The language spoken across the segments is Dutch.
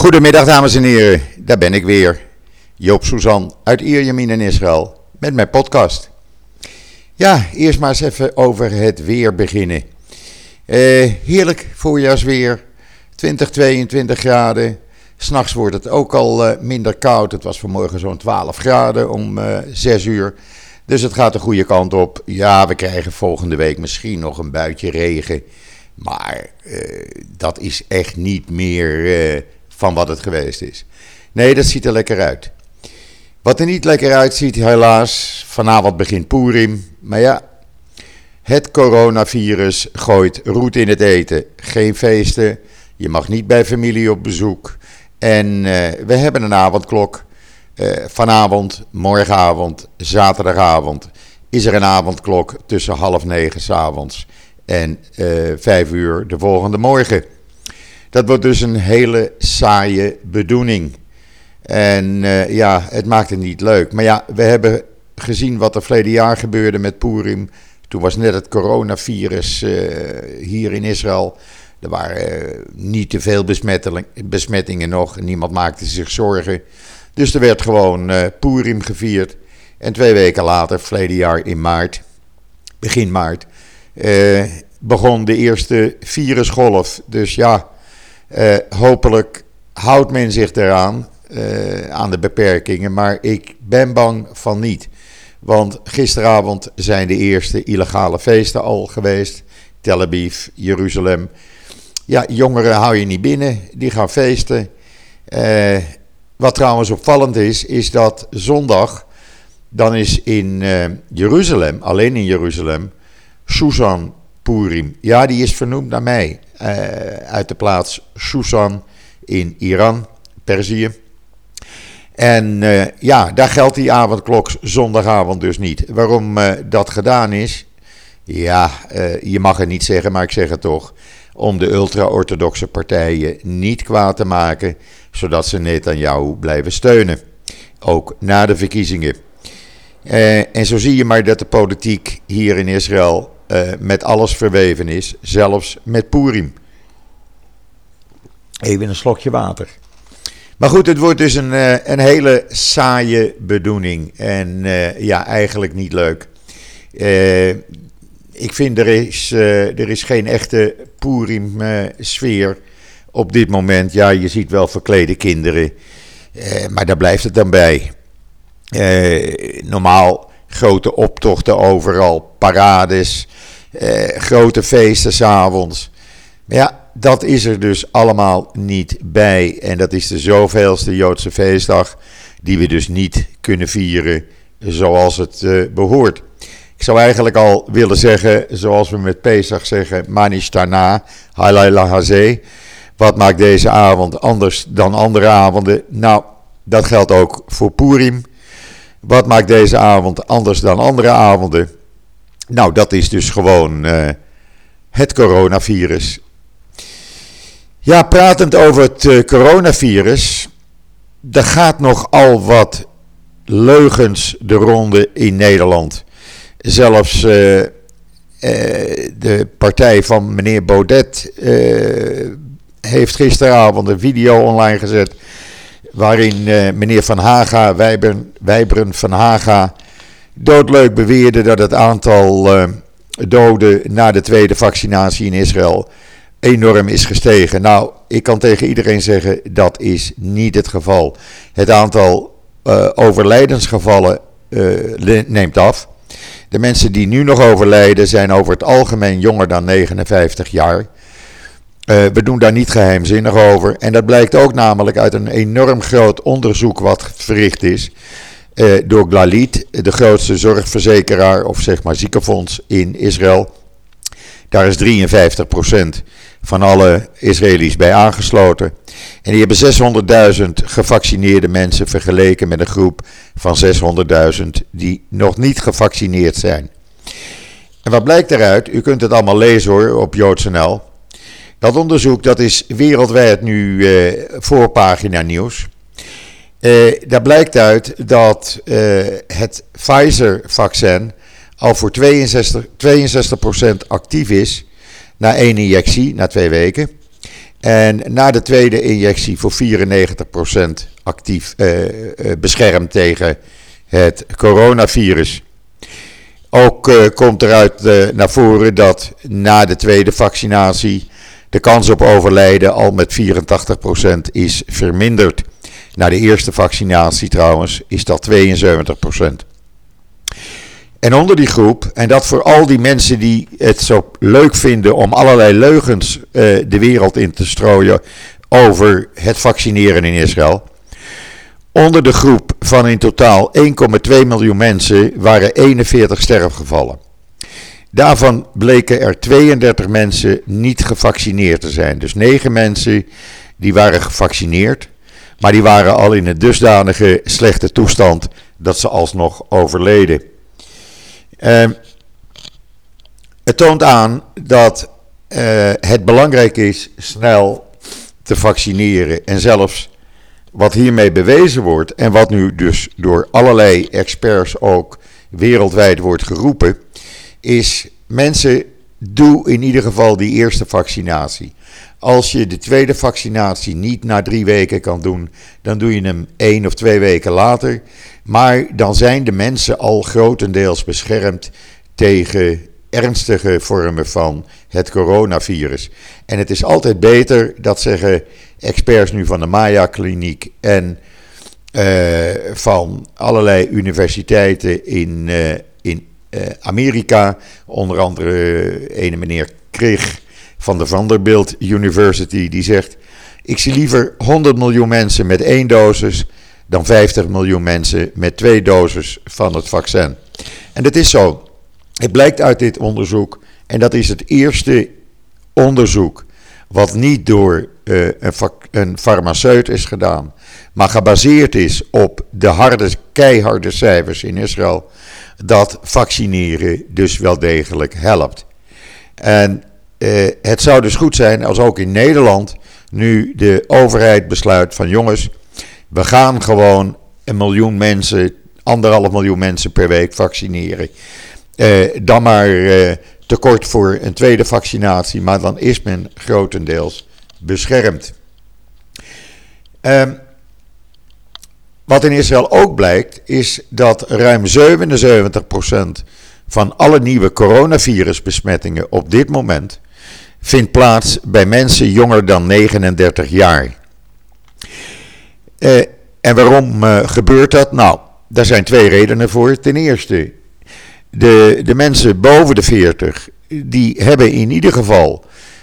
Goedemiddag dames en heren, daar ben ik weer. Joop Suzan uit Ierjemien in Israël met mijn podcast. Ja, eerst maar eens even over het weer beginnen. Heerlijk voorjaarsweer, 20, 22 graden. 'S Nachts wordt het ook al minder koud. Het was vanmorgen zo'n 12 graden om 6 uur. Dus het gaat de goede kant op. Ja, we krijgen volgende week misschien nog een buitje regen. Maar dat is echt niet meer van wat het geweest is. Nee, dat ziet er lekker uit. Wat er niet lekker uitziet, helaas, vanavond begint Purim. Maar ja, het coronavirus gooit roet in het eten. Geen feesten, je mag niet bij familie op bezoek. En we hebben een avondklok. Vanavond, morgenavond, zaterdagavond is er een avondklok tussen 8:30 's avonds en 5 uur de volgende morgen. Dat wordt dus een hele saaie bedoeling. En ja, het maakt het niet leuk. Maar ja, we hebben gezien wat er verleden jaar gebeurde met Purim. Toen was net het coronavirus hier in Israël. Er waren niet te veel besmettingen nog. Niemand maakte zich zorgen. Dus er werd gewoon Purim gevierd. En 2 weken later, verleden jaar in maart, begin maart, begon de eerste virusgolf. Dus ja, hopelijk houdt men zich eraan, aan de beperkingen. Maar ik ben bang van niet. Want gisteravond zijn de eerste illegale feesten al geweest. Tel Aviv, Jeruzalem. Ja, jongeren hou je niet binnen, die gaan feesten. Wat trouwens opvallend is dat zondag, dan is in Jeruzalem, alleen in Jeruzalem, Susan Purim. Ja, die is vernoemd naar mij, uit de plaats Susan in Iran, Perzië. En ja, daar geldt die avondklok zondagavond dus niet. Waarom dat gedaan is? Ja, je mag het niet zeggen, maar ik zeg het toch. Om de ultra-orthodoxe partijen niet kwaad te maken, zodat ze Netanyahu blijven steunen. Ook na de verkiezingen. En zo zie je maar dat de politiek hier in Israël met alles verweven is, zelfs met Purim. Even een slokje water. Maar goed, het wordt dus een hele saaie bedoeling. En ja, eigenlijk niet leuk. Ik vind er is geen echte Purim-sfeer op dit moment. Ja, je ziet wel verklede kinderen, maar daar blijft het dan bij. Normaal grote optochten overal, parades, grote feesten 's avonds. Maar ja, dat is er dus allemaal niet bij. En dat is de zoveelste Joodse feestdag die we dus niet kunnen vieren zoals het behoort. Ik zou eigenlijk al willen zeggen, zoals we met Pesach zeggen, Manishtana, Halayla Hazeh. Wat maakt deze avond anders dan andere avonden? Nou, dat geldt ook voor Purim. Wat maakt deze avond anders dan andere avonden? Nou, dat is dus gewoon het coronavirus. Ja, pratend over het coronavirus, er gaat nogal wat leugens de ronde in Nederland. Zelfs de partij van meneer Baudet heeft gisteravond een video online gezet waarin meneer Van Haga, Wijbren Van Haga, doodleuk beweerde dat het aantal doden na de tweede vaccinatie in Israël enorm is gestegen. Nou, ik kan tegen iedereen zeggen, dat is niet het geval. Het aantal overlijdensgevallen neemt af. De mensen die nu nog overlijden zijn over het algemeen jonger dan 59 jaar. We doen daar niet geheimzinnig over. En dat blijkt ook namelijk uit een enorm groot onderzoek wat verricht is door Clalit, de grootste zorgverzekeraar of zeg maar ziekenfonds in Israël. Daar is 53% van alle Israëli's bij aangesloten. En die hebben 600.000 gevaccineerde mensen vergeleken met een groep van 600.000 die nog niet gevaccineerd zijn. En wat blijkt daaruit? U kunt het allemaal lezen hoor op Joods.nl. Dat onderzoek dat is wereldwijd nu voorpagina nieuws. Daar blijkt uit dat het Pfizer-vaccin al voor 62% actief is na 1 injectie, na 2 weken. En na de tweede injectie voor 94% actief beschermd tegen het coronavirus. Ook komt eruit naar voren dat na de tweede vaccinatie de kans op overlijden al met 84% is verminderd. Na de eerste vaccinatie trouwens is dat 72%. En onder die groep, en dat voor al die mensen die het zo leuk vinden om allerlei leugens de wereld in te strooien over het vaccineren in Israël. Onder de groep van in totaal 1,2 miljoen mensen waren 41 sterfgevallen. Daarvan bleken er 32 mensen niet gevaccineerd te zijn. Dus 9 mensen die waren gevaccineerd, maar die waren al in een dusdanige slechte toestand dat ze alsnog overleden. Het toont aan dat het belangrijk is snel te vaccineren. En zelfs wat hiermee bewezen wordt en wat nu dus door allerlei experts ook wereldwijd wordt geroepen, is mensen, doe in ieder geval die eerste vaccinatie. Als je de tweede vaccinatie niet na 3 weken kan doen, dan doe je hem 1 of 2 weken later. Maar dan zijn de mensen al grotendeels beschermd tegen ernstige vormen van het coronavirus. En het is altijd beter, dat zeggen experts nu van de Maya Kliniek en van allerlei universiteiten in Amerika. Onder andere ene meneer Krieg van de Vanderbilt University, die zegt: ik zie liever 100 miljoen mensen met 1 dosis dan 50 miljoen mensen met 2 doses van het vaccin. En dat is zo. Het blijkt uit dit onderzoek, en dat is het eerste onderzoek wat niet door een farmaceut is gedaan, maar gebaseerd is op de keiharde cijfers in Israël, dat vaccineren dus wel degelijk helpt. En het zou dus goed zijn als ook in Nederland nu de overheid besluit van: jongens, we gaan gewoon 1 miljoen mensen, 1,5 miljoen mensen per week vaccineren. Dan maar tekort voor een tweede vaccinatie, maar dan is men grotendeels beschermd. Wat in Israël ook blijkt, is dat ruim 77% van alle nieuwe coronavirusbesmettingen op dit moment vindt plaats bij mensen jonger dan 39 jaar. En waarom gebeurt dat? Nou, daar zijn 2 redenen voor. Ten eerste, de mensen boven de 40, die hebben in ieder geval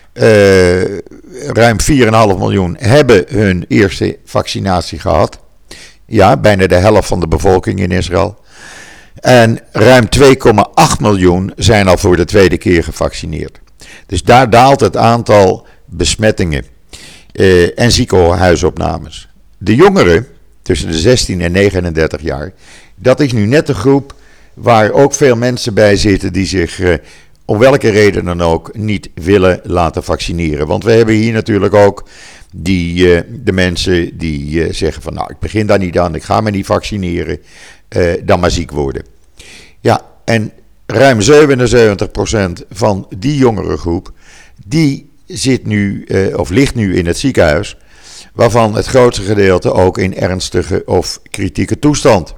ruim 4,5 miljoen hebben hun eerste vaccinatie gehad. Ja, bijna de helft van de bevolking in Israël. En ruim 2,8 miljoen zijn al voor de tweede keer gevaccineerd. Dus daar daalt het aantal besmettingen en ziekenhuisopnames. De jongeren, tussen de 16 en 39 jaar, dat is nu net de groep waar ook veel mensen bij zitten die zich om welke reden dan ook niet willen laten vaccineren. Want we hebben hier natuurlijk ook de mensen die zeggen van: nou, ik begin daar niet aan, ik ga me niet vaccineren, dan maar ziek worden. Ja, en ruim 77% van die jongerengroep, die zit nu, of ligt nu in het ziekenhuis, waarvan het grootste gedeelte ook in ernstige of kritieke toestand.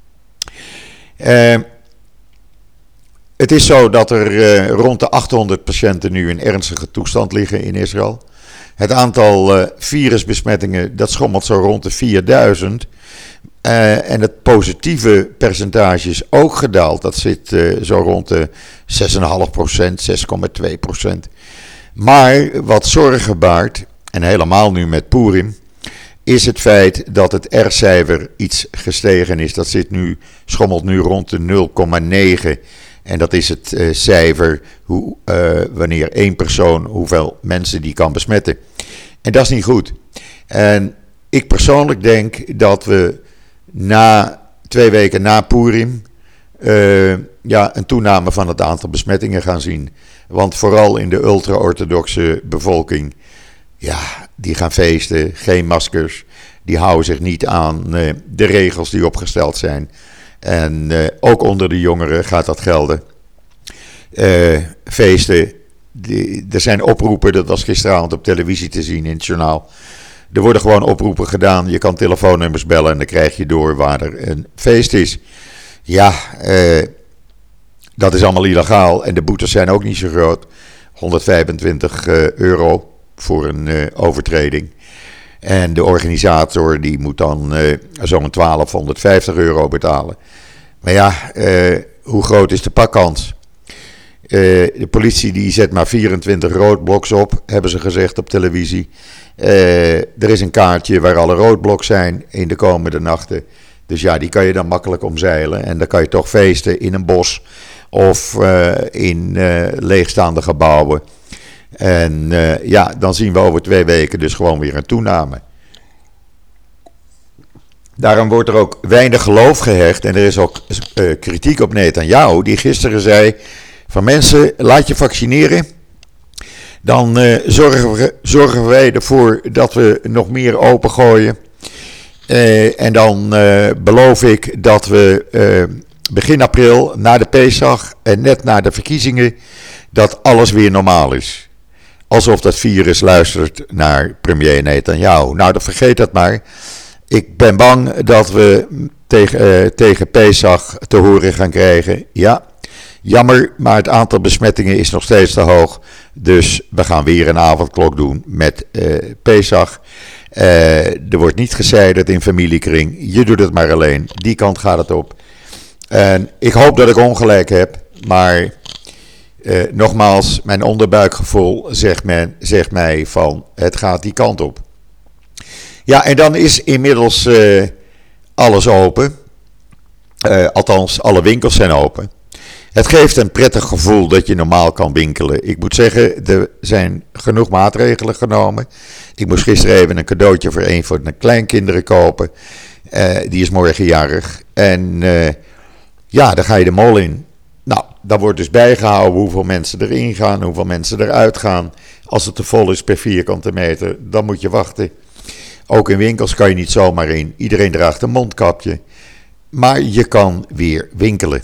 Het is zo dat er rond de 800 patiënten nu in ernstige toestand liggen in Israël. Het aantal virusbesmettingen, dat schommelt zo rond de 4000. En het positieve percentage is ook gedaald. Dat zit zo rond de 6,5%, 6,2%. Maar wat zorgen baart, en helemaal nu met Purim, is het feit dat het R-cijfer iets gestegen is. Dat schommelt nu rond de 0,9. En dat is het cijfer wanneer 1 persoon, hoeveel mensen die kan besmetten. En dat is niet goed. En ik persoonlijk denk dat we 2 weken na Purim een toename van het aantal besmettingen gaan zien. Want vooral in de ultra-orthodoxe bevolking, ja, die gaan feesten, geen maskers. Die houden zich niet aan de regels die opgesteld zijn. En ook onder de jongeren gaat dat gelden. Feesten, er zijn oproepen, dat was gisteravond op televisie te zien in het journaal. Er worden gewoon oproepen gedaan. Je kan telefoonnummers bellen en dan krijg je door waar er een feest is. Ja, dat is allemaal illegaal en de boetes zijn ook niet zo groot. €125 voor een overtreding. En de organisator die moet dan zo'n €1250 betalen. Maar ja, hoe groot is de pakkans? De politie die zet maar 24 roodbloks op, hebben ze gezegd op televisie. Er is een kaartje waar alle roodbloks zijn in de komende nachten. Dus ja, die kan je dan makkelijk omzeilen. En dan kan je toch feesten in een bos of in leegstaande gebouwen. En ja, dan zien we over 2 weken dus gewoon weer een toename. Daarom wordt er ook weinig geloof gehecht. En er is ook kritiek op Netanyahu, die gisteren zei van mensen, laat je vaccineren. Dan zorgen wij ervoor dat we nog meer opengooien. En dan beloof ik dat we begin april, na de Pesach en net na de verkiezingen, dat alles weer normaal is. Alsof dat virus luistert naar premier Netanyahu. Nou, dan vergeet dat maar. Ik ben bang dat we tegen Pesach te horen gaan krijgen. Ja, jammer, maar het aantal besmettingen is nog steeds te hoog. Dus we gaan weer een avondklok doen met Pesach. Er wordt niet gezeiderd in familiekring. Je doet het maar alleen. Die kant gaat het op. En ik hoop dat ik ongelijk heb. Maar nogmaals, mijn onderbuikgevoel zegt mij van het gaat die kant op. Ja, en dan is inmiddels alles open. Althans, alle winkels zijn open. Het geeft een prettig gevoel dat je normaal kan winkelen. Ik moet zeggen, er zijn genoeg maatregelen genomen. Ik moest gisteren even een cadeautje voor een van de kleinkinderen kopen. Die is morgen jarig. En ja, dan ga je de mall in. Nou, dan wordt dus bijgehouden hoeveel mensen erin gaan, hoeveel mensen eruit gaan. Als het te vol is per vierkante meter, dan moet je wachten. Ook in winkels kan je niet zomaar in. Iedereen draagt een mondkapje. Maar je kan weer winkelen.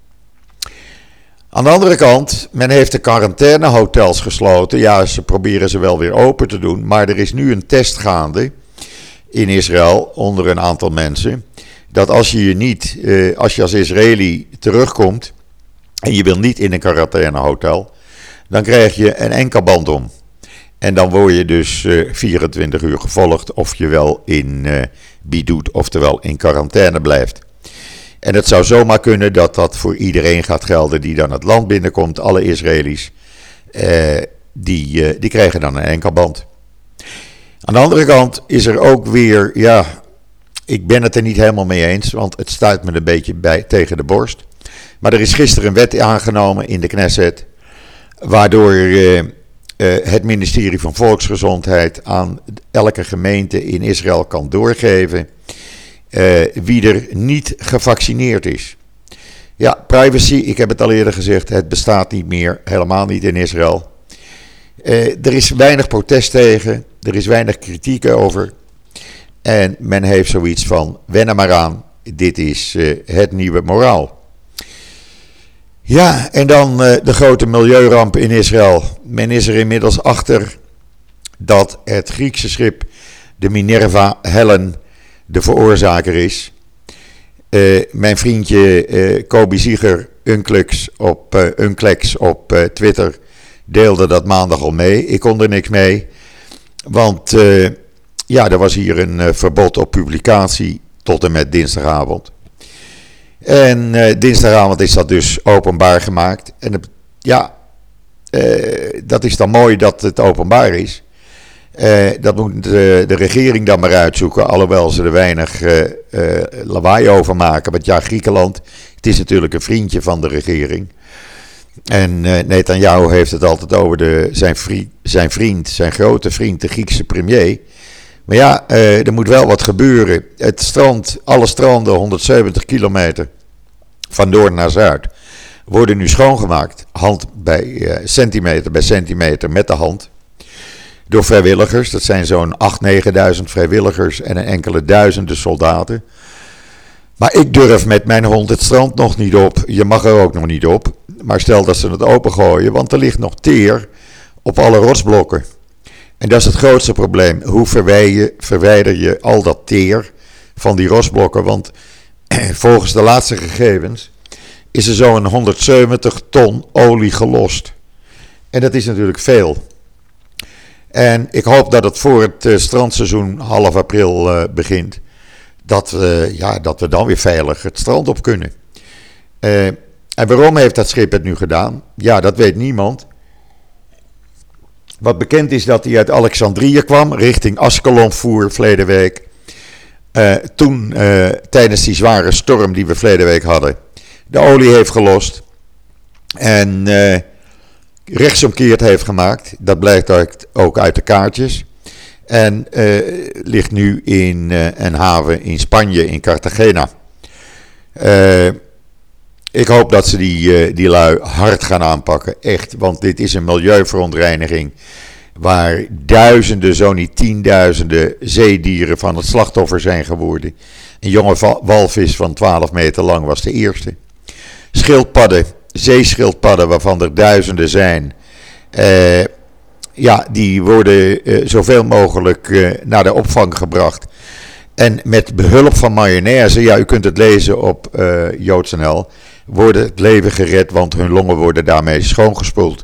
Aan de andere kant, men heeft de quarantainehotels gesloten. Ja, ze proberen ze wel weer open te doen. Maar er is nu een test gaande in Israël onder een aantal mensen. Dat als je als Israëli terugkomt en je wil niet in een quarantainehotel, dan krijg je een enkelband om. En dan word je dus 24 uur gevolgd of je wel in bidoet, oftewel in quarantaine blijft. En het zou zomaar kunnen dat dat voor iedereen gaat gelden die dan het land binnenkomt. Alle Israëli's, die krijgen dan een enkelband. Aan de andere kant is er ook weer, ja, ik ben het er niet helemaal mee eens, want het stuit me een beetje tegen de borst. Maar er is gisteren een wet aangenomen in de Knesset, waardoor het ministerie van Volksgezondheid aan elke gemeente in Israël kan doorgeven wie er niet gevaccineerd is. Ja, privacy, ik heb het al eerder gezegd, het bestaat niet meer, helemaal niet in Israël. Er is weinig protest tegen, er is weinig kritiek over. En men heeft zoiets van, wen er maar aan, dit is het nieuwe moraal. Ja, en dan de grote milieuramp in Israël. Men is er inmiddels achter dat het Griekse schip, de Minerva Helen, de veroorzaker is. Mijn vriendje Kobi Zieger, Unclex op Twitter, deelde dat maandag al mee. Ik kon er niks mee, want ja, er was hier een verbod op publicatie tot en met dinsdagavond. En dinsdagavond is dat dus openbaar gemaakt. En dat is dan mooi dat het openbaar is. Dat moet de regering dan maar uitzoeken, alhoewel ze er weinig lawaai over maken. Want ja, Griekenland, het is natuurlijk een vriendje van de regering. En Netanyahu heeft het altijd over zijn grote vriend, de Griekse premier. Maar ja, er moet wel wat gebeuren. Het strand, alle stranden, 170 kilometer van noord naar zuid, worden nu schoongemaakt. Centimeter bij centimeter met de hand. Door vrijwilligers. Dat zijn zo'n 8.000, 9.000 vrijwilligers en een enkele duizenden soldaten. Maar ik durf met mijn hond het strand nog niet op. Je mag er ook nog niet op. Maar stel dat ze het opengooien, want er ligt nog teer op alle rotsblokken. En dat is het grootste probleem. Hoe verwijder je al dat teer van die rotsblokken? Want volgens de laatste gegevens is er zo'n 170 ton olie gelost. En dat is natuurlijk veel. En ik hoop dat het voor het strandseizoen half april begint. Dat we dan weer veilig het strand op kunnen. En waarom heeft dat schip het nu gedaan? Ja, dat weet niemand. Wat bekend is dat hij uit Alexandrië kwam, richting Askelon voer verleden week. Toen, tijdens die zware storm die we verleden week hadden, de olie heeft gelost. En rechtsomkeerd heeft gemaakt. Dat blijkt ook uit de kaartjes. En ligt nu in een haven in Spanje, in Cartagena. Ik hoop dat ze die lui hard gaan aanpakken. Echt, want dit is een milieuverontreiniging. Waar duizenden, zo niet tienduizenden zeedieren van het slachtoffer zijn geworden. Een jonge walvis van 12 meter lang was de eerste. Schildpadden, zeeschildpadden waarvan er duizenden zijn. Die worden zoveel mogelijk naar de opvang gebracht. En met behulp van mayonaise, u kunt het lezen op Joods.nl, worden het leven gered, want hun longen worden daarmee schoongespoeld.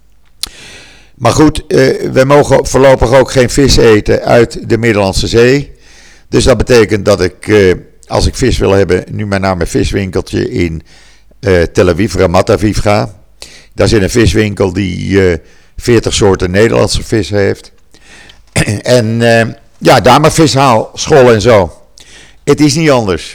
Maar goed, we mogen voorlopig ook geen vis eten uit de Middellandse Zee. Dus dat betekent dat ik, als ik vis wil hebben, nu maar naar mijn viswinkeltje in Tel Aviv, Ramat Aviv ga. Daar zit een viswinkel die 40 soorten Nederlandse vis heeft. En daar maar vis haal, school en zo. Het is niet anders.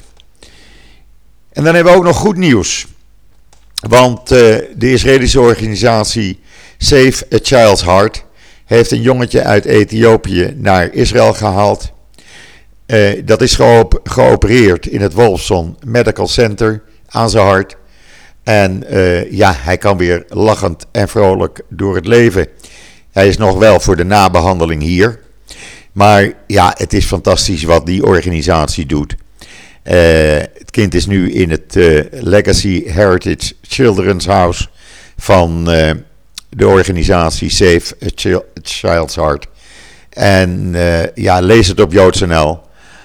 En dan hebben we ook nog goed nieuws. Want de Israëlische organisatie Save a Child's Heart heeft een jongetje uit Ethiopië naar Israël gehaald. Dat is geopereerd in het Wolfson Medical Center aan zijn hart. En hij kan weer lachend en vrolijk door het leven. Hij is nog wel voor de nabehandeling hier. Maar ja, het is fantastisch wat die organisatie doet. Het kind is nu in het Legacy Heritage Children's House van de organisatie Save a Child's Heart. En lees het op Joods.nl.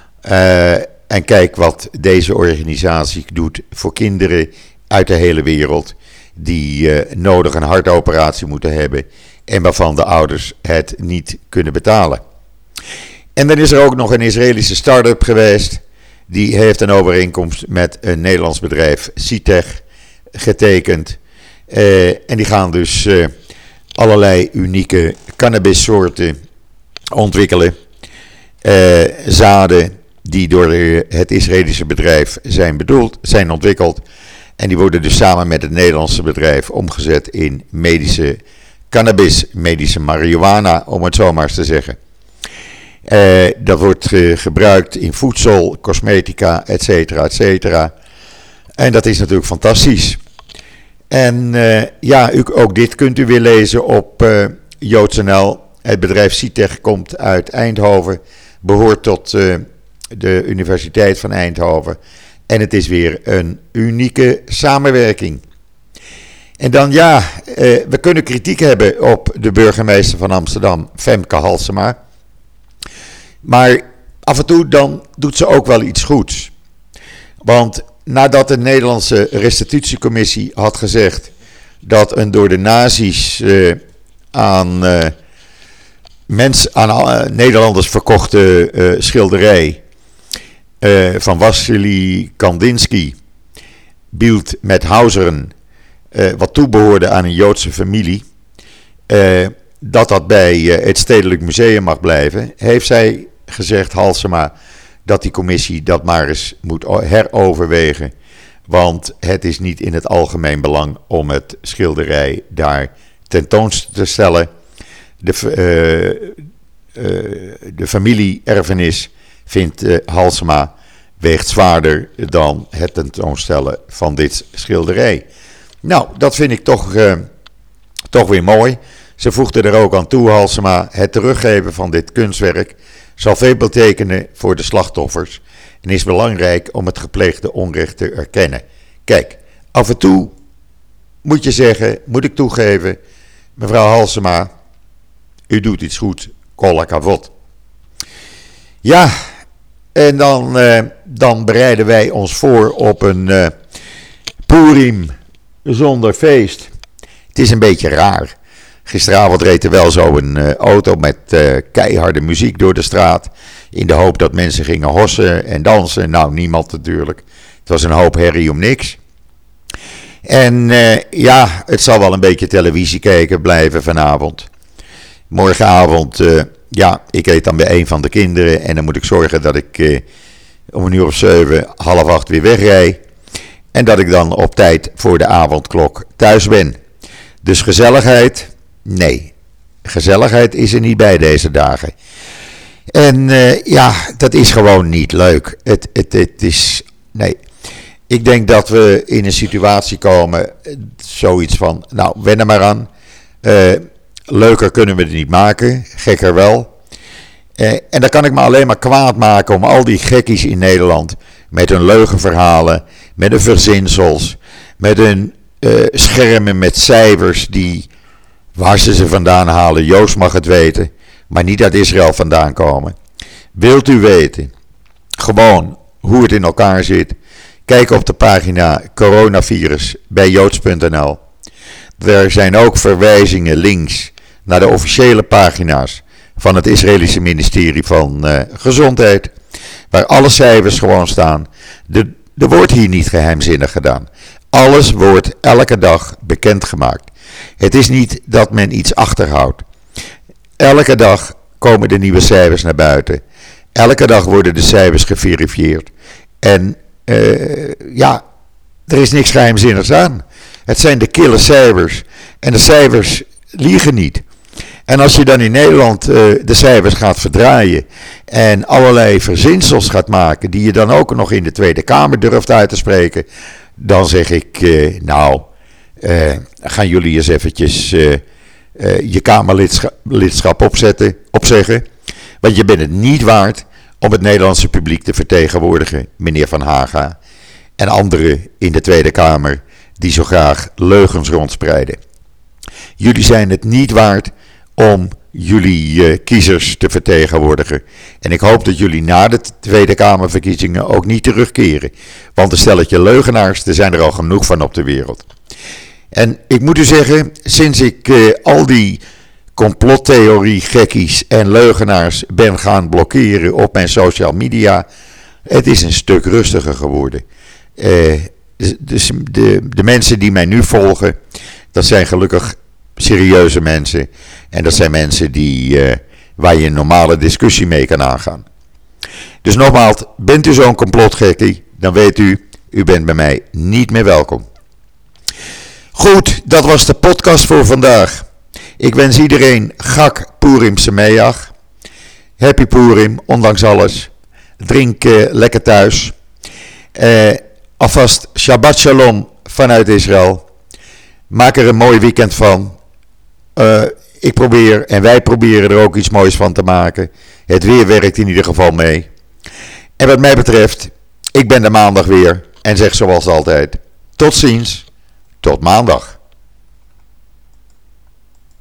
En kijk wat deze organisatie doet voor kinderen uit de hele wereld die nodig een hartoperatie moeten hebben en waarvan de ouders het niet kunnen betalen. En dan is er ook nog een Israëlische start-up geweest. Die heeft een overeenkomst met een Nederlands bedrijf, Citech, getekend. En die gaan dus allerlei unieke cannabissoorten ontwikkelen. Zaden die door het Israëlische bedrijf zijn ontwikkeld. En die worden dus samen met het Nederlandse bedrijf omgezet in medische cannabis, medische marihuana, om het zo maar eens te zeggen. Dat wordt gebruikt in voedsel, cosmetica, et cetera. En dat is natuurlijk fantastisch. En ook dit kunt u weer lezen op Joods.nl. Het bedrijf Citech komt uit Eindhoven, behoort tot de Universiteit van Eindhoven. En het is weer een unieke samenwerking. En dan we kunnen kritiek hebben op de burgemeester van Amsterdam, Femke Halsema. Maar af en toe dan doet ze ook wel iets goeds. Want nadat de Nederlandse restitutiecommissie had gezegd dat een door de nazi's aan Nederlanders verkochte schilderij van Wassily Kandinsky, Bild met Hauseren, wat toebehoorde aan een Joodse familie, dat bij het Stedelijk Museum mag blijven, heeft zij gezegd, Halsema, dat die commissie dat maar eens moet heroverwegen. Want het is niet in het algemeen belang om het schilderij daar tentoon te stellen. De familie-erfenis, vindt Halsema, weegt zwaarder dan het tentoonstellen van dit schilderij. Nou, dat vind ik toch weer mooi. Ze voegde er ook aan toe, Halsema, het teruggeven van dit kunstwerk zal veel betekenen voor de slachtoffers en is belangrijk om het gepleegde onrecht te erkennen. Kijk, af en toe moet ik toegeven, mevrouw Halsema, u doet iets goed, kolla kavot. Ja, en dan bereiden wij ons voor op een Purim zonder feest. Het is een beetje raar. Gisteravond reed er wel zo een auto met keiharde muziek door de straat. In de hoop dat mensen gingen hossen en dansen. Nou, niemand natuurlijk. Het was een hoop herrie om niks. En het zal wel een beetje televisie kijken blijven vanavond. Morgenavond, ik eet dan bij een van de kinderen. En dan moet ik zorgen dat ik om 7:30, 7:30 weer wegrij. En dat ik dan op tijd voor de avondklok thuis ben. Dus gezelligheid? Nee. Gezelligheid is er niet bij deze dagen. En dat is gewoon niet leuk. Het is... Nee. Ik denk dat we in een situatie komen, zoiets van, nou, wen er maar aan. Leuker kunnen we het niet maken, gekker wel. En dan kan ik me alleen maar kwaad maken om al die gekkies in Nederland met hun leugenverhalen, met hun verzinsels, met hun schermen met cijfers waar ze vandaan halen. Joost mag het weten, maar niet uit Israël vandaan komen. Wilt u weten gewoon hoe het in elkaar zit? Kijk op de pagina coronavirus bij joods.nl. Er zijn ook verwijzingen, links naar de officiële pagina's van het Israëlische ministerie van Gezondheid, waar alle cijfers gewoon staan. Er wordt hier niet geheimzinnig gedaan. Alles wordt elke dag bekendgemaakt. Het is niet dat men iets achterhoudt. Elke dag komen de nieuwe cijfers naar buiten. Elke dag worden de cijfers geverifieerd. En er is niks geheimzinnigs aan. Het zijn de kille cijfers. En de cijfers liegen niet. En als je dan in Nederland de cijfers gaat verdraaien en allerlei verzinsels gaat maken, die je dan ook nog in de Tweede Kamer durft uit te spreken, dan zeg ik, gaan jullie eens eventjes je Kamerlidschap opzeggen. Want je bent het niet waard om het Nederlandse publiek te vertegenwoordigen, meneer Van Haga en anderen in de Tweede Kamer die zo graag leugens rondspreiden. Jullie zijn het niet waard om jullie kiezers te vertegenwoordigen. En ik hoop dat jullie na de Tweede Kamerverkiezingen ook niet terugkeren. Want een stelletje leugenaars, er zijn er al genoeg van op de wereld. En ik moet u zeggen, sinds ik al die complottheorie gekkies en leugenaars ben gaan blokkeren op mijn social media, het is een stuk rustiger geworden. Dus de mensen die mij nu volgen, dat zijn gelukkig serieuze mensen. En dat zijn mensen waar je een normale discussie mee kan aangaan. Dus nogmaals, bent u zo'n complotgekkie, dan weet u bent bij mij niet meer welkom. Goed, dat was de podcast voor vandaag. Ik wens iedereen Chag Purim Sameach. Happy Purim, ondanks alles. Drink lekker thuis. Alvast Shabbat Shalom vanuit Israël. Maak er een mooi weekend van. Ik probeer en wij proberen er ook iets moois van te maken. Het weer werkt in ieder geval mee. En wat mij betreft, ik ben er maandag weer en zeg zoals altijd, tot ziens, tot maandag.